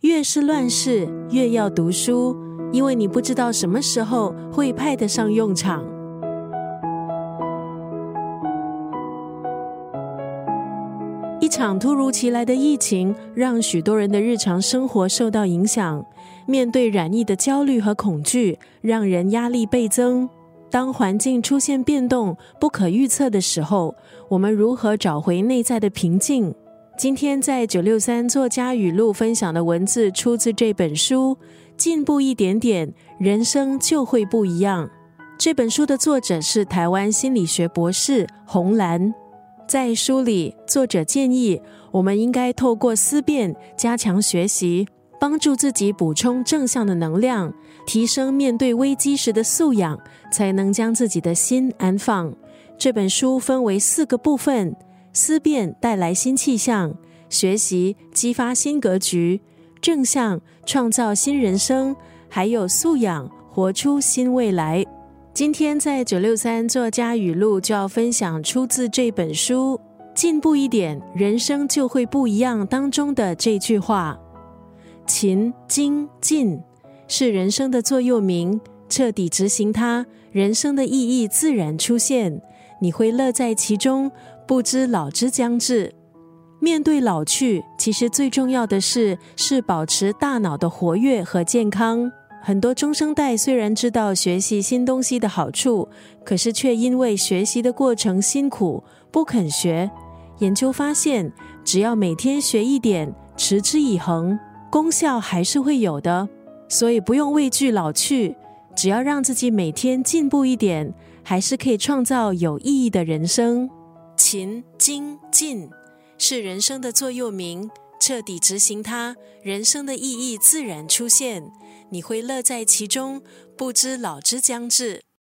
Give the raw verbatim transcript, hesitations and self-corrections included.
越是乱世，越要读书，因为你不知道什么时候会派得上用场。一场突如其来的疫情，让许多人的日常生活受到影响。面对染疫的焦虑和恐惧，让人压力倍增。当环境出现变动、不可预测的时候，我们如何找回内在的平静？今天在九六三作家语录分享的文字出自这本书，进步一点点，人生就会不一样。这本书的作者是台湾心理学博士洪兰。在书里，作者建议我们应该透过思辨加强学习，帮助自己补充正向的能量，提升面对危机时的素养，才能将自己的心安放。这本书分为四个部分：思辨带来新气象，学习激发新格局，正向创造新人生，还有素养活出新未来。今天在九六三作家语录就要分享出自这本书进步一点，人生就会不一样当中的这句话：勤、精、进是人生的座右铭，彻底执行它，人生的意义自然出现，你会乐在其中，不知老之将至。面对老去，其实最重要的是是保持大脑的活跃和健康。很多中生代虽然知道学习新东西的好处，可是却因为学习的过程辛苦，不肯学。研究发现，只要每天学一点，持之以恒，功效还是会有的。所以不用畏惧老去，只要让自己每天进步一点，还是可以创造有意义的人生。勤、精、进是人生的座右铭，彻底执行它，人生的意义自然出现，你会乐在其中，不知老之将至。